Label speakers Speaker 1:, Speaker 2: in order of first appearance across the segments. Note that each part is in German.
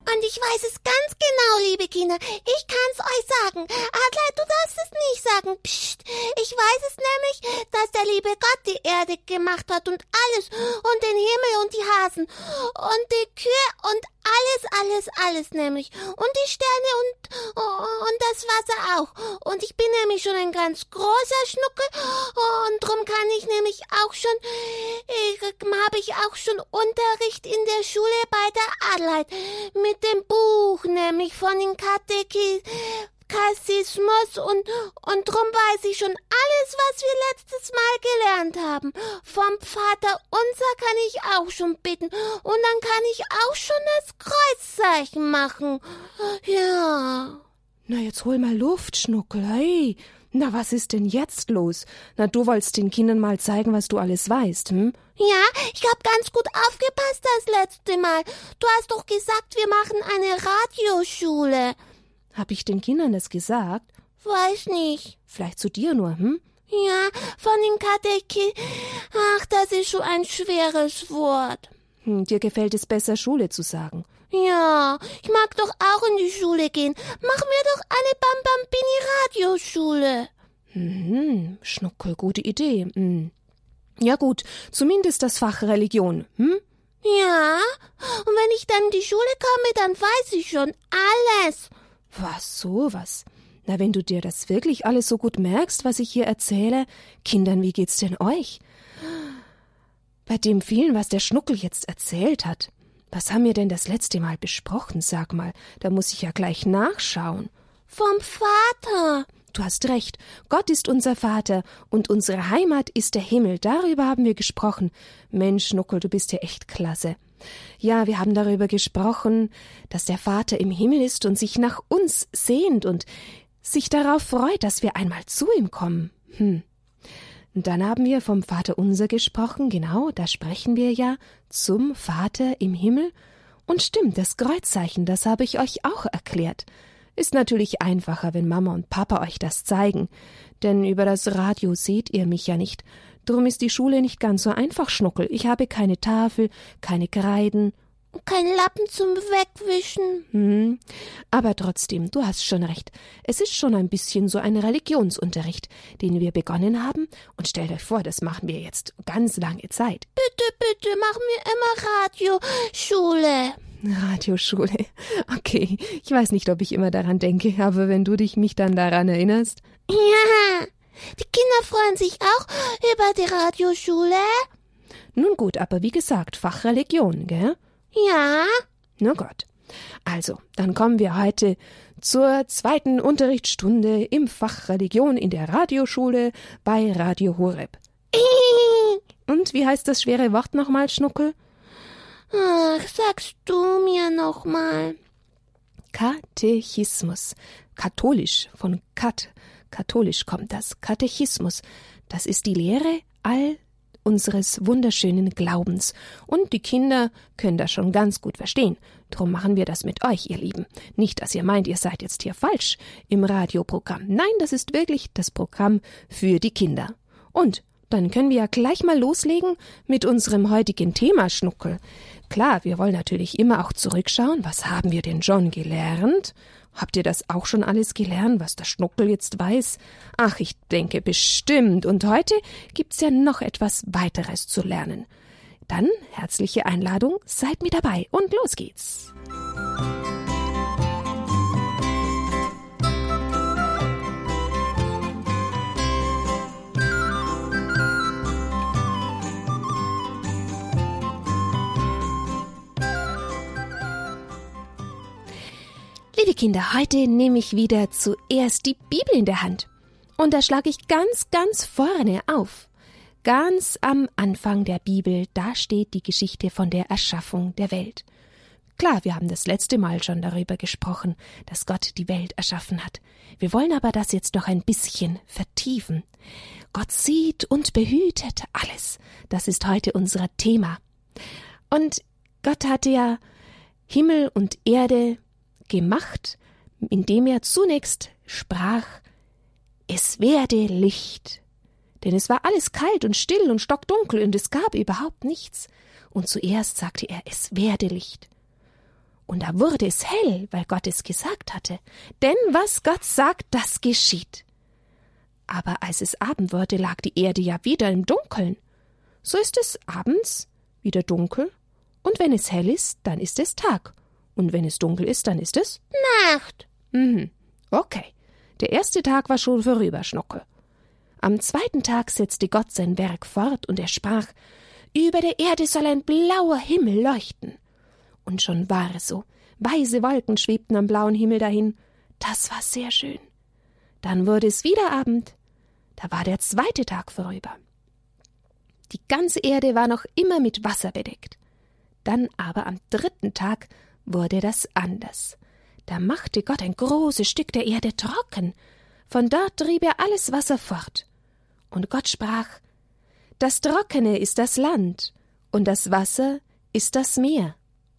Speaker 1: Und ich weiß es ganz genau, liebe Kinder. Ich kann's euch sagen. Adelheid, du darfst es nicht sagen. Psst. Ich weiß es nämlich, dass der liebe Gott die Erde gemacht hat und alles. Und den Himmel und die Hasen. Und die Kühe und alles nämlich. Und die Sterne und das Wasser auch. Und ich bin nämlich schon ein ganz großer Schnuckel. Und drum kann ich nämlich auch schon, habe ich auch schon Unterricht in der Schule bei der Adelheid. Mit dem Buch, nämlich von den Katechismus und drum weiß ich schon alles, was wir letztes Mal gelernt haben. Vom Vater unser kann ich auch schon bitten und dann kann ich auch schon das Kreuzzeichen machen. Ja.
Speaker 2: Na, jetzt hol mal Luft, Schnuckel, hey. Na, was ist denn jetzt los? Na, du wolltest den Kindern mal zeigen, was du alles weißt, hm?
Speaker 1: Ja, ich hab ganz gut aufgepasst das letzte Mal. Du hast doch gesagt, wir machen eine Radioschule.
Speaker 2: Hab ich den Kindern das gesagt?
Speaker 1: Weiß nicht.
Speaker 2: Vielleicht zu dir nur, hm?
Speaker 1: Ja, von den Ach, das ist schon ein schweres Wort.
Speaker 2: Dir gefällt es besser, Schule zu sagen.
Speaker 1: Ja, ich mag doch auch in die Schule gehen. Mach mir doch eine Bam-Bam-Bini-Radioschule.
Speaker 2: Schnuckel, gute Idee. Ja gut, zumindest das Fach Religion, hm?
Speaker 1: Ja, und wenn ich dann in die Schule komme, dann weiß ich schon alles.
Speaker 2: Was, sowas? Na, wenn du dir das wirklich alles so gut merkst, was ich hier erzähle, Kindern, wie geht's denn euch? Bei dem vielen, was der Schnuckel jetzt erzählt hat. Was haben wir denn das letzte Mal besprochen, sag mal? Da muss ich ja gleich nachschauen.
Speaker 1: Vom Vater.
Speaker 2: Du hast recht. Gott ist unser Vater und unsere Heimat ist der Himmel. Darüber haben wir gesprochen. Mensch, Schnuckel, du bist ja echt klasse. Ja, wir haben darüber gesprochen, dass der Vater im Himmel ist und sich nach uns sehnt und sich darauf freut, dass wir einmal zu ihm kommen. Und dann haben wir vom Vaterunser gesprochen, genau, da sprechen wir ja zum Vater im Himmel. Und stimmt, das Kreuzzeichen, das habe ich euch auch erklärt. Ist natürlich einfacher, wenn Mama und Papa euch das zeigen, denn über das Radio seht ihr mich ja nicht. Drum ist die Schule nicht ganz so einfach, Schnuckel. Ich habe keine Tafel, keine Kreiden.
Speaker 1: Kein Lappen zum Wegwischen.
Speaker 2: Aber trotzdem, du hast schon recht. Es ist schon ein bisschen so ein Religionsunterricht, den wir begonnen haben. Und stellt euch vor, das machen wir jetzt ganz lange Zeit.
Speaker 1: Bitte, mach mir immer Radioschule.
Speaker 2: Radioschule. Okay, ich weiß nicht, ob ich immer daran denke, aber wenn du mich dann daran erinnerst.
Speaker 1: Ja, die Kinder freuen sich auch über die Radioschule.
Speaker 2: Nun gut, aber wie gesagt, Fach Religion, gell?
Speaker 1: Ja.
Speaker 2: Na gut. Also, dann kommen wir heute zur 2. Unterrichtsstunde im Fach Religion in der Radioschule bei Radio Horeb. Und wie heißt das schwere Wort nochmal, Schnuckel?
Speaker 1: Ach, sagst du mir nochmal.
Speaker 2: Katechismus. Katholisch, von katholisch kommt das. Katechismus. Das ist die Lehre all unseres wunderschönen Glaubens. Und die Kinder können das schon ganz gut verstehen. Drum machen wir das mit euch, ihr Lieben. Nicht, dass ihr meint, ihr seid jetzt hier falsch im Radioprogramm. Nein, das ist wirklich das Programm für die Kinder. Und dann können wir ja gleich mal loslegen mit unserem heutigen Thema, Schnuckel. Klar, wir wollen natürlich immer auch zurückschauen. Was haben wir denn schon gelernt? Habt ihr das auch schon alles gelernt, was der Schnuckel jetzt weiß? Ach, ich denke bestimmt. Und heute gibt's ja noch etwas weiteres zu lernen. Dann herzliche Einladung, seid mit dabei und los geht's. Liebe Kinder, heute nehme ich wieder zuerst die Bibel in der Hand. Und da schlage ich ganz vorne auf. Ganz am Anfang der Bibel, da steht die Geschichte von der Erschaffung der Welt. Klar, wir haben das letzte Mal schon darüber gesprochen, dass Gott die Welt erschaffen hat. Wir wollen aber das jetzt noch ein bisschen vertiefen. Gott sieht und behütet alles. Das ist heute unser Thema. Und Gott hatte ja Himmel und Erde gemacht, indem er zunächst sprach, es werde Licht. Denn es war alles kalt und still und stockdunkel und es gab überhaupt nichts. Und zuerst sagte er, es werde Licht. Und da wurde es hell, weil Gott es gesagt hatte. Denn was Gott sagt, das geschieht. Aber als es Abend wurde, lag die Erde ja wieder im Dunkeln. So ist es abends wieder dunkel, und wenn es hell ist, dann ist es Tag. Und wenn es dunkel ist, dann ist es
Speaker 1: Nacht.
Speaker 2: Okay. Der erste Tag war schon vorüber, Schnuckel. Am zweiten Tag setzte Gott sein Werk fort, und er sprach, über der Erde soll ein blauer Himmel leuchten. Und schon war es so. Weiße Wolken schwebten am blauen Himmel dahin. Das war sehr schön. Dann wurde es wieder Abend. Da war der zweite Tag vorüber. Die ganze Erde war noch immer mit Wasser bedeckt. Dann aber am dritten Tag wurde das anders. Da machte Gott ein großes Stück der Erde trocken. Von dort trieb er alles Wasser fort. Und Gott sprach, das Trockene ist das Land, und das Wasser ist das Meer.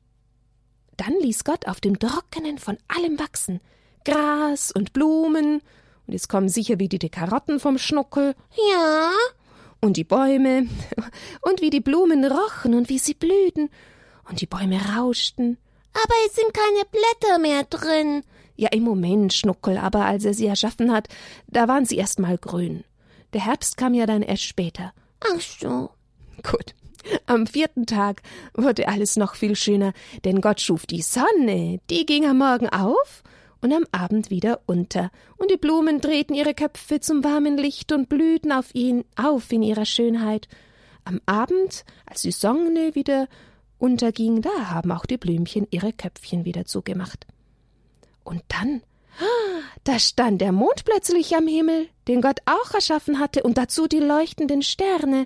Speaker 2: Dann ließ Gott auf dem Trockenen von allem wachsen, Gras und Blumen, und es kommen sicher wieder die Karotten vom Schnuckel.
Speaker 1: Ja.
Speaker 2: Und die Bäume, und wie die Blumen rochen und wie sie blühten, und die Bäume rauschten.
Speaker 1: Aber es sind keine Blätter mehr drin.
Speaker 2: Ja, im Moment, Schnuckel, aber als er sie erschaffen hat, da waren sie erst mal grün. Der Herbst kam ja dann erst später.
Speaker 1: Ach so.
Speaker 2: Gut. Am vierten Tag wurde alles noch viel schöner, denn Gott schuf die Sonne, die ging am Morgen auf und am Abend wieder unter, und die Blumen drehten ihre Köpfe zum warmen Licht und blühten auf in ihrer Schönheit. Am Abend, als die Sonne wieder unterging, da haben auch die Blümchen ihre Köpfchen wieder zugemacht. Und dann, da stand der Mond plötzlich am Himmel, den Gott auch erschaffen hatte, und dazu die leuchtenden Sterne.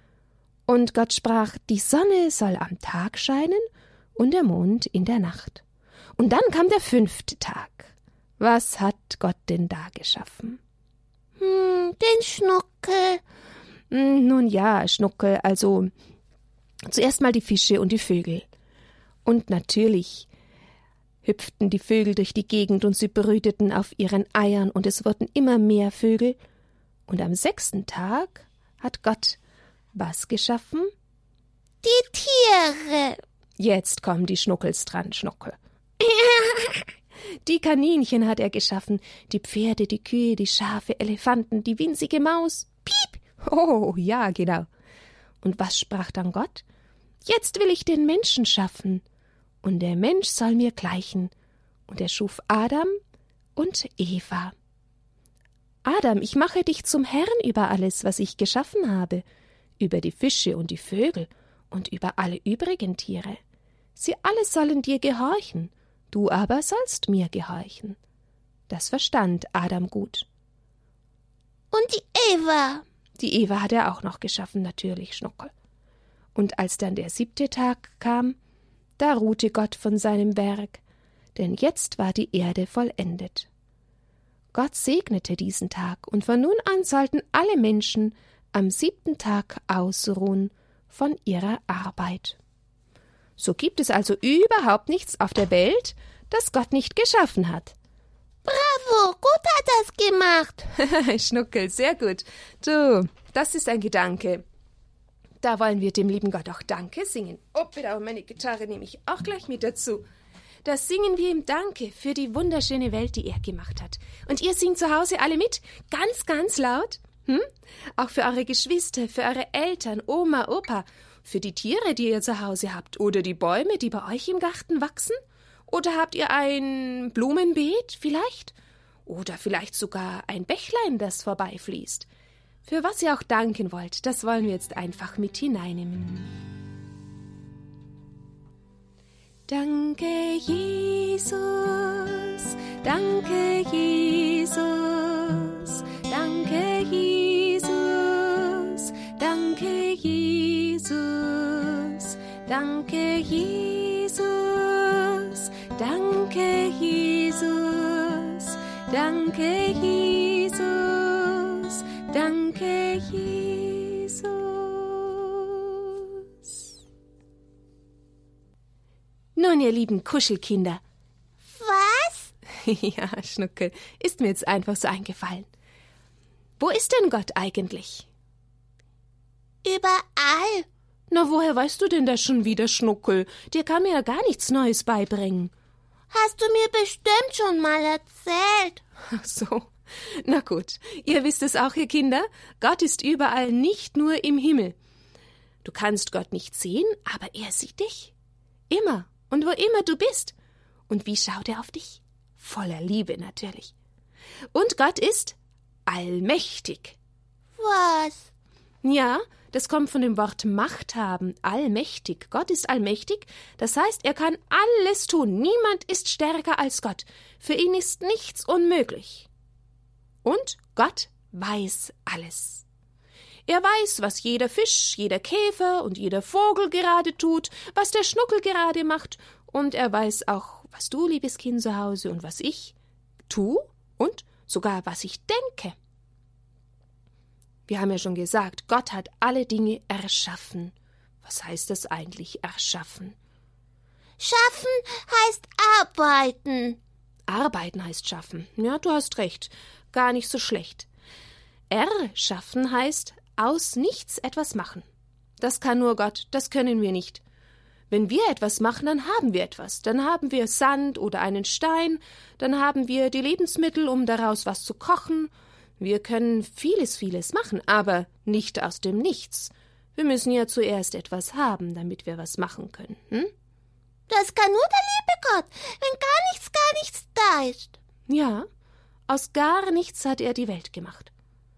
Speaker 2: Und Gott sprach, die Sonne soll am Tag scheinen und der Mond in der Nacht. Und dann kam der 5. Tag. Was hat Gott denn da geschaffen?
Speaker 1: Den Schnuckel.
Speaker 2: Nun ja, Schnuckel, also zuerst mal die Fische und die Vögel. Und natürlich hüpften die Vögel durch die Gegend und sie brüteten auf ihren Eiern, und es wurden immer mehr Vögel. Und am 6. Tag hat Gott was geschaffen?
Speaker 1: Die Tiere.
Speaker 2: Jetzt kommen die Schnuckels dran, Schnuckel. Die Kaninchen hat er geschaffen, die Pferde, die Kühe, die Schafe, Elefanten, die winzige Maus. Piep! Oh, ja, genau. Und was sprach dann Gott? Jetzt will ich den Menschen schaffen, und der Mensch soll mir gleichen. Und er schuf Adam und Eva. Adam, ich mache dich zum Herrn über alles, was ich geschaffen habe, über die Fische und die Vögel und über alle übrigen Tiere. Sie alle sollen dir gehorchen, du aber sollst mir gehorchen. Das verstand Adam gut.
Speaker 1: Und die Eva?
Speaker 2: Die Eva hat er auch noch geschaffen, natürlich, Schnuckel. Und als dann der 7. Tag kam, da ruhte Gott von seinem Werk, denn jetzt war die Erde vollendet. Gott segnete diesen Tag, und von nun an sollten alle Menschen am 7. Tag ausruhen von ihrer Arbeit. So gibt es also überhaupt nichts auf der Welt, das Gott nicht geschaffen hat.
Speaker 1: Bravo, gut hat er's gemacht.
Speaker 2: Schnuckel, sehr gut. Du, das ist ein Gedanke. Da wollen wir dem lieben Gott auch Danke singen. Oh, bitte, meine Gitarre nehme ich auch gleich mit dazu. Da singen wir ihm Danke für die wunderschöne Welt, die er gemacht hat. Und ihr singt zu Hause alle mit, ganz, ganz laut. Auch für eure Geschwister, für eure Eltern, Oma, Opa, für die Tiere, die ihr zu Hause habt, oder die Bäume, die bei euch im Garten wachsen? Oder habt ihr ein Blumenbeet vielleicht? Oder vielleicht sogar ein Bächlein, das vorbeifließt? Für was ihr auch danken wollt, das wollen wir jetzt einfach mit hineinnehmen. Danke, Jesus, danke, Jesus, danke, Jesus, danke, Jesus, danke, Jesus, danke, Jesus, danke, Jesus, danke, Jesus. Nun, ihr lieben Kuschelkinder.
Speaker 1: Was?
Speaker 2: Ja, Schnuckel, ist mir jetzt einfach so eingefallen. Wo ist denn Gott eigentlich?
Speaker 1: Überall.
Speaker 2: Na, woher weißt du denn das schon wieder, Schnuckel? Dir kann mir ja gar nichts Neues beibringen.
Speaker 1: Hast du mir bestimmt schon mal erzählt.
Speaker 2: Ach so. Na gut, ihr wisst es auch, ihr Kinder, Gott ist überall, nicht nur im Himmel. Du kannst Gott nicht sehen, aber er sieht dich. Immer und wo immer du bist. Und wie schaut er auf dich? Voller Liebe natürlich. Und Gott ist allmächtig.
Speaker 1: Was?
Speaker 2: Ja, das kommt von dem Wort Macht haben, allmächtig. Gott ist allmächtig, das heißt, er kann alles tun. Niemand ist stärker als Gott. Für ihn ist nichts unmöglich. Und Gott weiß alles. Er weiß, was jeder Fisch, jeder Käfer und jeder Vogel gerade tut, was der Schnuckel gerade macht. Und er weiß auch, was du, liebes Kind zu Hause, und was ich tu und sogar was ich denke. Wir haben ja schon gesagt, Gott hat alle Dinge erschaffen. Was heißt das eigentlich, erschaffen?
Speaker 1: Schaffen heißt arbeiten.
Speaker 2: Arbeiten heißt schaffen. Ja, du hast recht. Gar nicht so schlecht. Erschaffen heißt aus nichts etwas machen. Das kann nur Gott, das können wir nicht. Wenn wir etwas machen, dann haben wir etwas. Dann haben wir Sand oder einen Stein, dann haben wir die Lebensmittel, um daraus was zu kochen. Wir können vieles machen, aber nicht aus dem Nichts. Wir müssen ja zuerst etwas haben, damit wir was machen können.
Speaker 1: Das kann nur der liebe Gott, wenn gar nichts da ist.
Speaker 2: Ja, aus gar nichts hat er die Welt gemacht.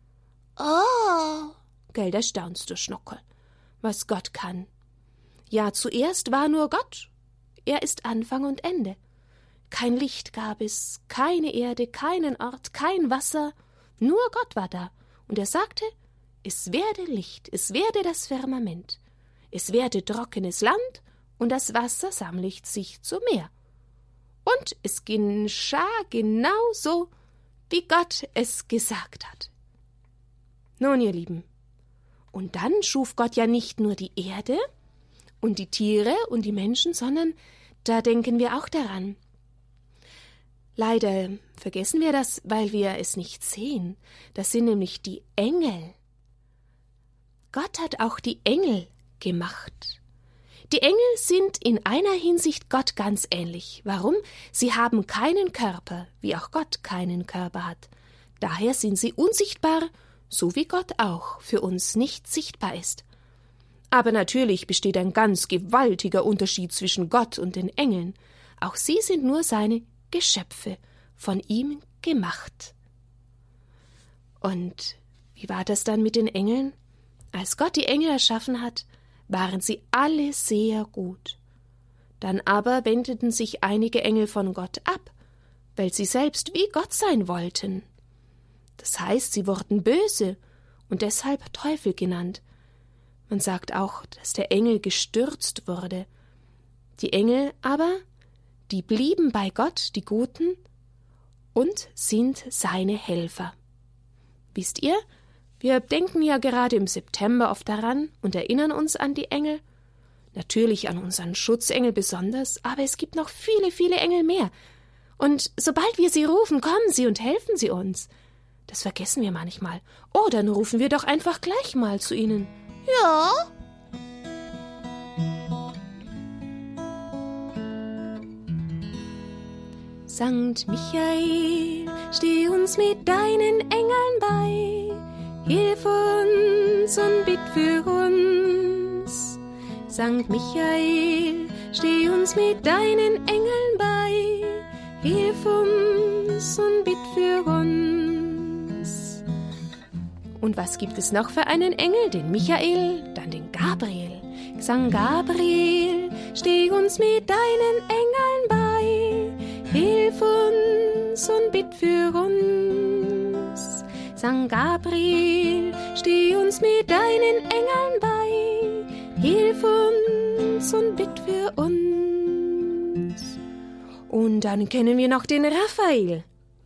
Speaker 1: Oh.
Speaker 2: Gell, da staunst du, Schnuckel, was Gott kann. Ja, zuerst war nur Gott. Er ist Anfang und Ende. Kein Licht gab es, keine Erde, keinen Ort, kein Wasser. Nur Gott war da. Und er sagte, es werde Licht, es werde das Firmament. Es werde trockenes Land und das Wasser sammelt sich zum Meer. Und es geschah genau so, wie Gott es gesagt hat. Nun, ihr Lieben, und dann schuf Gott ja nicht nur die Erde und die Tiere und die Menschen, sondern da denken wir auch daran. Leider vergessen wir das, weil wir es nicht sehen. Das sind nämlich die Engel. Gott hat auch die Engel gemacht. Die Engel sind in einer Hinsicht Gott ganz ähnlich. Warum? Sie haben keinen Körper, wie auch Gott keinen Körper hat. Daher sind sie unsichtbar, so wie Gott auch für uns nicht sichtbar ist. Aber natürlich besteht ein ganz gewaltiger Unterschied zwischen Gott und den Engeln. Auch sie sind nur seine Geschöpfe, von ihm gemacht. Und wie war das dann mit den Engeln? Als Gott die Engel erschaffen hat, waren sie alle sehr gut. Dann aber wendeten sich einige Engel von Gott ab, weil sie selbst wie Gott sein wollten. Das heißt, sie wurden böse und deshalb Teufel genannt. Man sagt auch, dass der Engel gestürzt wurde. Die Engel aber, die blieben bei Gott, die Guten, und sind seine Helfer. Wisst ihr, wir denken ja gerade im September oft daran und erinnern uns an die Engel. Natürlich an unseren Schutzengel besonders, aber es gibt noch viele Engel mehr. Und sobald wir sie rufen, kommen sie und helfen sie uns. Das vergessen wir manchmal. Oh, dann rufen wir doch einfach gleich mal zu ihnen.
Speaker 1: Ja.
Speaker 2: Sankt Michael, steh uns mit deinen Engeln bei, hilf uns und bitt für uns. Sankt Michael, steh uns mit deinen Engeln bei, hilf uns und bitt für uns. Und was gibt es noch für einen Engel? Den Michael, dann den Gabriel. Sankt Gabriel, steh uns mit deinen Engeln bei, hilf uns und bitt für uns. Sankt Gabriel, steh uns mit deinen Engeln bei, hilf uns und bitt für uns. Und dann kennen wir noch den Raphael.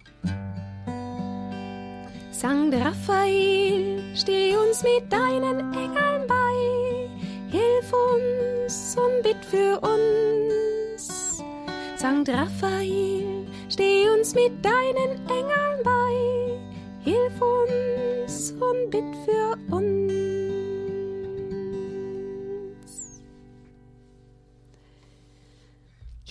Speaker 2: Sankt Raphael, steh uns mit deinen Engeln bei, hilf uns und bitt für uns. Sankt Raphael, steh uns mit deinen Engeln bei, hilf uns und bitt für uns.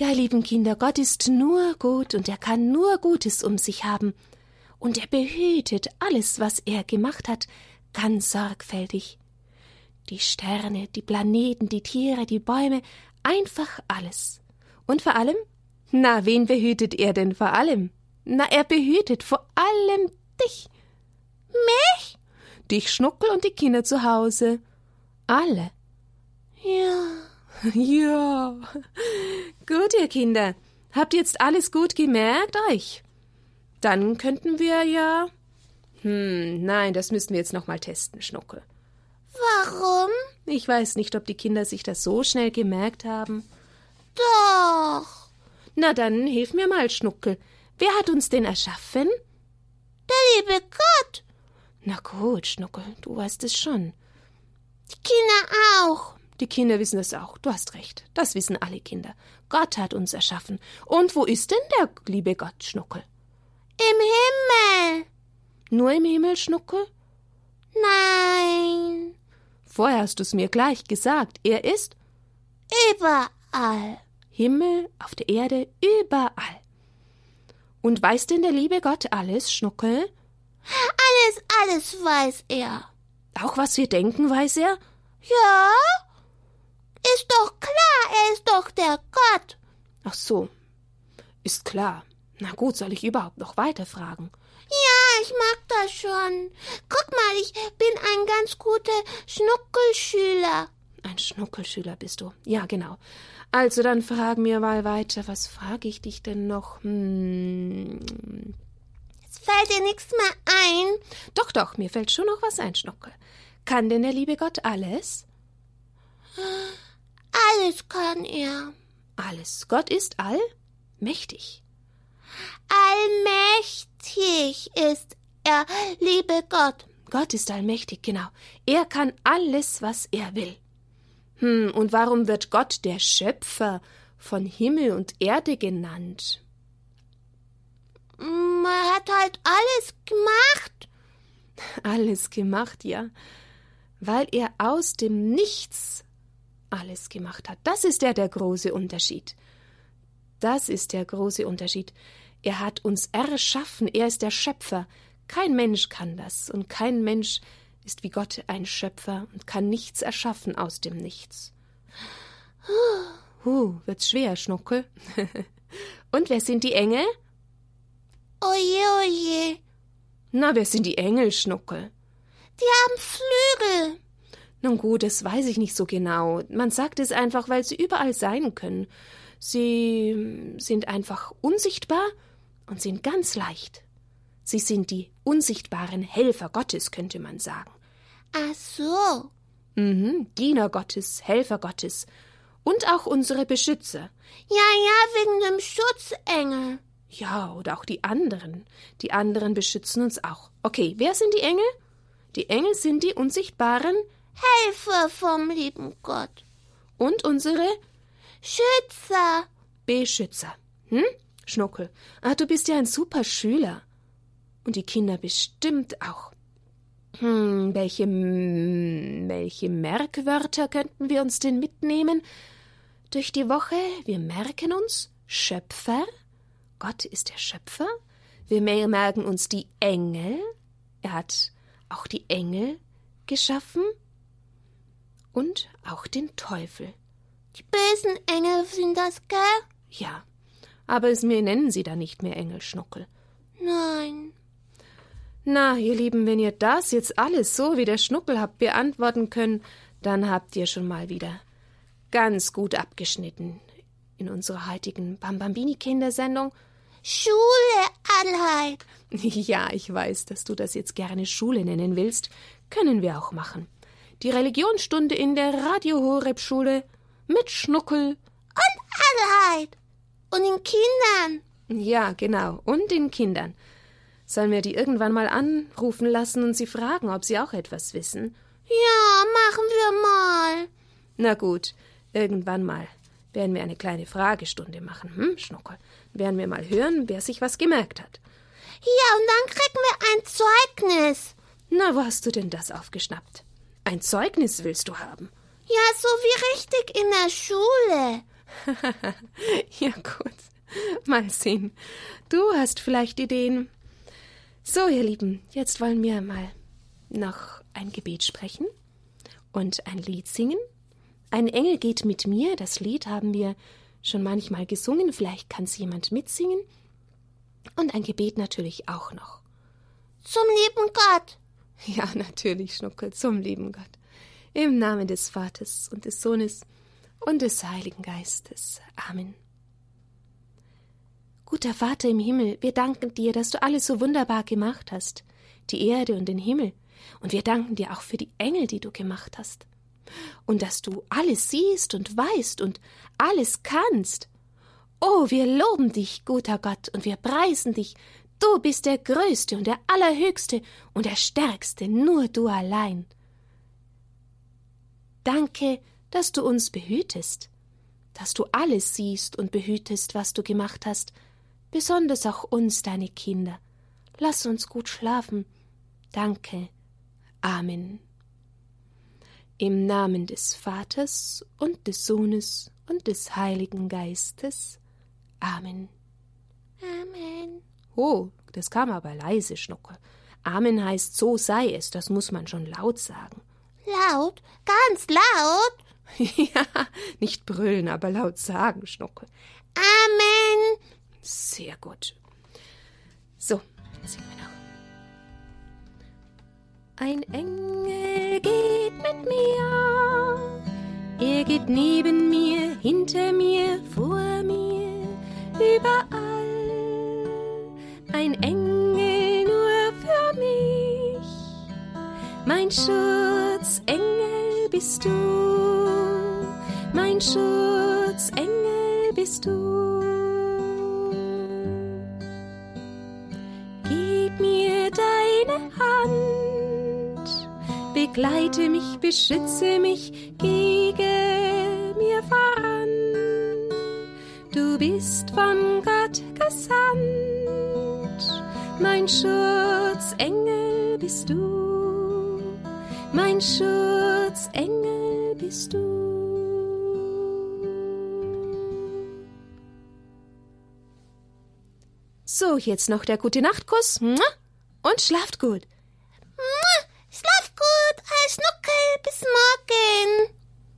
Speaker 2: Ja, lieben Kinder, Gott ist nur gut und er kann nur Gutes um sich haben. Und er behütet alles, was er gemacht hat, ganz sorgfältig. Die Sterne, die Planeten, die Tiere, die Bäume, einfach alles. Und vor allem? Na, wen behütet er denn vor allem? Na, er behütet vor allem dich.
Speaker 1: Mich?
Speaker 2: Dich, Schnuckel, und die Kinder zu Hause. Alle.
Speaker 1: Ja.
Speaker 2: Ja. Gut, ihr Kinder. Habt jetzt alles gut gemerkt euch? Dann könnten wir ja... Nein, das müssten wir jetzt noch mal testen, Schnuckel.
Speaker 1: Warum?
Speaker 2: Ich weiß nicht, ob die Kinder sich das so schnell gemerkt haben.
Speaker 1: Doch.
Speaker 2: Na dann, hilf mir mal, Schnuckel. Wer hat uns denn erschaffen?
Speaker 1: Der liebe Gott.
Speaker 2: Na gut, Schnuckel, du weißt es schon.
Speaker 1: Die Kinder auch.
Speaker 2: Die Kinder wissen es auch. Du hast recht. Das wissen alle Kinder. Gott hat uns erschaffen. Und wo ist denn der liebe Gott, Schnuckel?
Speaker 1: Im Himmel.
Speaker 2: Nur im Himmel, Schnuckel?
Speaker 1: Nein.
Speaker 2: Vorher hast du es mir gleich gesagt. Er ist
Speaker 1: überall.
Speaker 2: Himmel, auf der Erde, überall. Und weiß denn der liebe Gott alles, Schnuckel?
Speaker 1: Alles weiß er.
Speaker 2: Auch was wir denken, weiß er?
Speaker 1: Ja, ist doch klar, er ist doch der Gott.
Speaker 2: Ach so, ist klar. Na gut, soll ich überhaupt noch weiter fragen?
Speaker 1: Ja, ich mag das schon. Guck mal, ich bin ein ganz guter Schnuckelschüler.
Speaker 2: Ein Schnuckelschüler bist du. Ja, genau. Also dann frag mir mal weiter. Was frage ich dich denn noch?
Speaker 1: Jetzt fällt dir nichts mehr ein.
Speaker 2: Doch, mir fällt schon noch was ein, Schnuckel. Kann denn der liebe Gott alles?
Speaker 1: Alles kann er.
Speaker 2: Alles. Gott ist allmächtig.
Speaker 1: Allmächtig ist er, liebe Gott.
Speaker 2: Gott ist allmächtig, genau. Er kann alles, was er will. Und warum wird Gott der Schöpfer von Himmel und Erde genannt?
Speaker 1: Er hat halt alles gemacht.
Speaker 2: Alles gemacht, ja. Weil er aus dem Nichts alles gemacht hat. Das ist der große Unterschied. Das ist der große Unterschied. Er hat uns erschaffen, er ist der Schöpfer. Kein Mensch kann das und kein Mensch ist wie Gott ein Schöpfer und kann nichts erschaffen aus dem Nichts. Wird's schwer, Schnuckel. Und wer sind die Engel?
Speaker 1: Oje, oje.
Speaker 2: Na, wer sind die Engel, Schnuckel?
Speaker 1: Die haben Flügel.
Speaker 2: Nun gut, das weiß ich nicht so genau. Man sagt es einfach, weil sie überall sein können. Sie sind einfach unsichtbar und sind ganz leicht. Sie sind die unsichtbaren Helfer Gottes, könnte man sagen.
Speaker 1: Ach so.
Speaker 2: Diener Gottes, Helfer Gottes und auch unsere Beschützer.
Speaker 1: Ja, wegen dem Schutzengel.
Speaker 2: Ja, oder auch die anderen. Die anderen beschützen uns auch. Okay, wer sind die Engel? Die Engel sind die unsichtbaren
Speaker 1: Helfer vom lieben Gott.
Speaker 2: Und unsere
Speaker 1: Schützer.
Speaker 2: Beschützer. Schnuckel, du bist ja ein super Schüler. Und die Kinder bestimmt auch. Welche Merkwörter könnten wir uns denn mitnehmen? Durch die Woche, wir merken uns Schöpfer. Gott ist der Schöpfer. Wir merken uns die Engel. Er hat auch die Engel geschaffen. Und auch den Teufel.
Speaker 1: Die bösen Engel sind das, gell?
Speaker 2: Ja, aber wir nennen sie da nicht mehr Engel, Schnuckel.
Speaker 1: Nein.
Speaker 2: Na, ihr Lieben, wenn ihr das jetzt alles so wie der Schnuckel habt beantworten können, dann habt ihr schon mal wieder ganz gut abgeschnitten in unserer heutigen Bambambini-Kindersendung.
Speaker 1: Schule, Adelheid.
Speaker 2: Ja, ich weiß, dass du das jetzt gerne Schule nennen willst. Können wir auch machen. Die Religionsstunde in der Radio-Horeb-Schule mit Schnuckel
Speaker 1: und Adelheid. Und den Kindern.
Speaker 2: Ja, genau, und den Kindern. Sollen wir die irgendwann mal anrufen lassen und sie fragen, ob sie auch etwas wissen?
Speaker 1: Ja, machen wir mal.
Speaker 2: Na gut, irgendwann mal werden wir eine kleine Fragestunde machen, Schnuckel? Werden wir mal hören, wer sich was gemerkt hat.
Speaker 1: Ja, und dann kriegen wir ein Zeugnis.
Speaker 2: Na, wo hast du denn das aufgeschnappt? Ein Zeugnis willst du haben?
Speaker 1: Ja, so wie richtig in der Schule.
Speaker 2: Ja gut, mal sehen. Du hast vielleicht Ideen. So, ihr Lieben, jetzt wollen wir mal noch ein Gebet sprechen und ein Lied singen. Ein Engel geht mit mir, das Lied haben wir schon manchmal gesungen, vielleicht kann es jemand mitsingen. Und ein Gebet natürlich auch noch.
Speaker 1: Zum lieben Gott.
Speaker 2: Ja, natürlich, Schnuckel, zum lieben Gott. Im Namen des Vaters und des Sohnes und des Heiligen Geistes. Amen. Guter Vater im Himmel, wir danken dir, dass du alles so wunderbar gemacht hast, die Erde und den Himmel. Und wir danken dir auch für die Engel, die du gemacht hast. Und dass du alles siehst und weißt und alles kannst. Oh, wir loben dich, guter Gott, und wir preisen dich. Du bist der Größte und der Allerhöchste und der Stärkste, nur du allein. Danke, dass du uns behütest, dass du alles siehst und behütest, was du gemacht hast, besonders auch uns, deine Kinder. Lass uns gut schlafen. Danke. Amen. Im Namen des Vaters und des Sohnes und des Heiligen Geistes. Amen.
Speaker 1: Amen.
Speaker 2: Oh, das kam aber leise, Schnuckel. Amen heißt, so sei es, das muss man schon laut sagen.
Speaker 1: Laut? Ganz laut?
Speaker 2: Ja, nicht brüllen, aber laut sagen, Schnuckel.
Speaker 1: Amen.
Speaker 2: Sehr gut. So, jetzt singen wir noch. Ein Engel geht mit mir, er geht neben mir, hinter mir, vor mir, überall. Ein Engel nur für mich, mein Schutzengel bist du, mein Schutzengel bist du. Gib mir deine Hand, begleite mich, beschütze mich, gegen mir voran. Du bist von Gott gesandt, mein Schutzengel bist du, mein Schutzengel bist du. So, jetzt noch der Gute-Nacht-Kuss und schlaft gut.
Speaker 1: Schlaf gut, Schnuckel, bis morgen.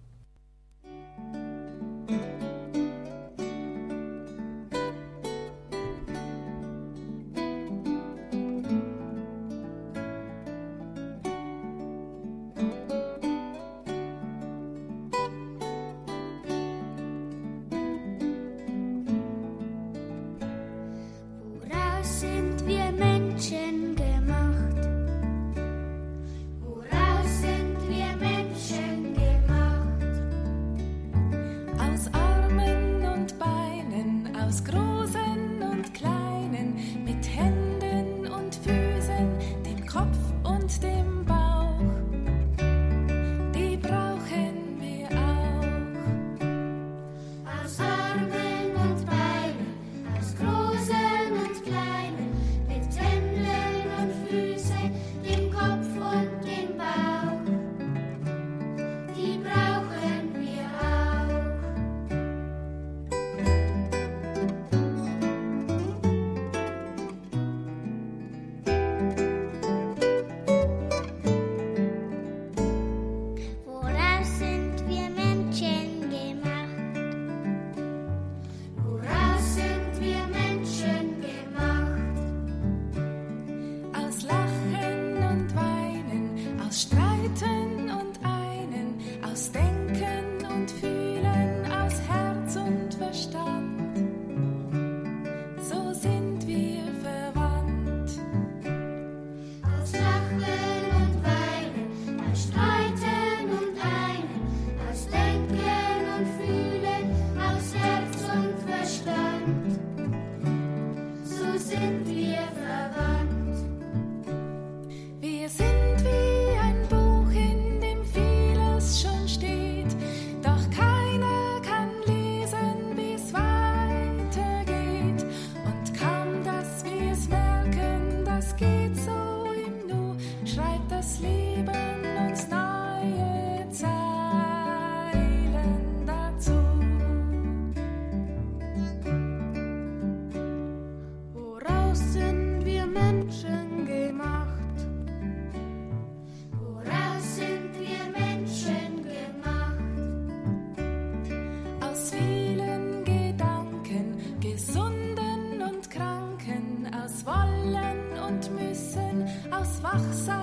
Speaker 3: Woraus sind wir Menschen gemacht? Woraus sind wir Menschen gemacht?
Speaker 4: Aus Armen und Beinen, aus großen und kleinen, mit Händen und Füßen, dem Kopf und dem Bauch. Die brauchen wir auch.
Speaker 3: Aus Armen und Beinen, aus großen und kleinen, mit Händen und Füßen, dem Kopf und dem Bauch. Die brauchen wir auch. woraus sind wir Menschen gemacht? Woraus sind wir Menschen gemacht?
Speaker 4: Aus vielen Gedanken, gesunden und kranken, aus Wollen und Müssen, aus Wachsein